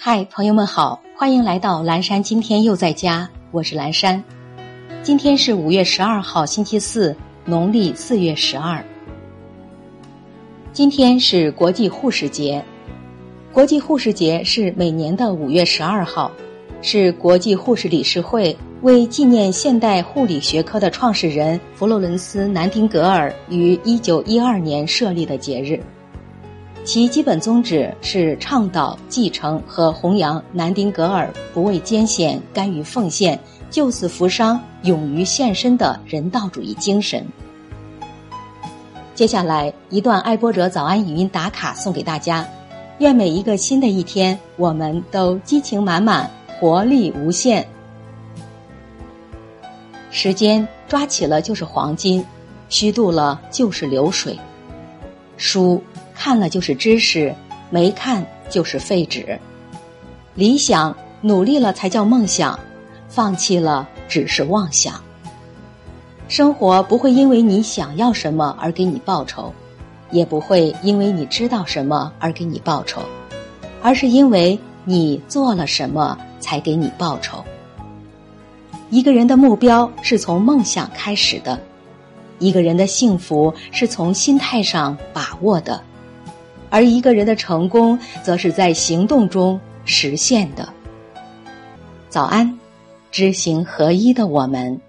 嗨，朋友们好，欢迎来到蓝山今天又在家，我是蓝山。今天是5月12号星期四，农历4月12。今天是国际护士节。国际护士节是每年的5月12号，是国际护士理事会为纪念现代护理学科的创始人佛罗伦斯·南丁格尔于1912年设立的节日。其基本宗旨是倡导、继承和弘扬南丁格尔不畏艰险、甘于奉献、救死扶伤、勇于献身的人道主义精神。接下来一段爱播者早安语音打卡送给大家，愿每一个新的一天，我们都激情满满，活力无限。时间抓起了就是黄金，虚度了就是流水。书看了就是知识，没看就是废纸。理想努力了才叫梦想，放弃了只是妄想。生活不会因为你想要什么而给你报酬，也不会因为你知道什么而给你报酬，而是因为你做了什么才给你报酬。一个人的目标是从梦想开始的，一个人的幸福是从心态上把握的，而一个人的成功则是在行动中实现的。早安，知行合一的我们。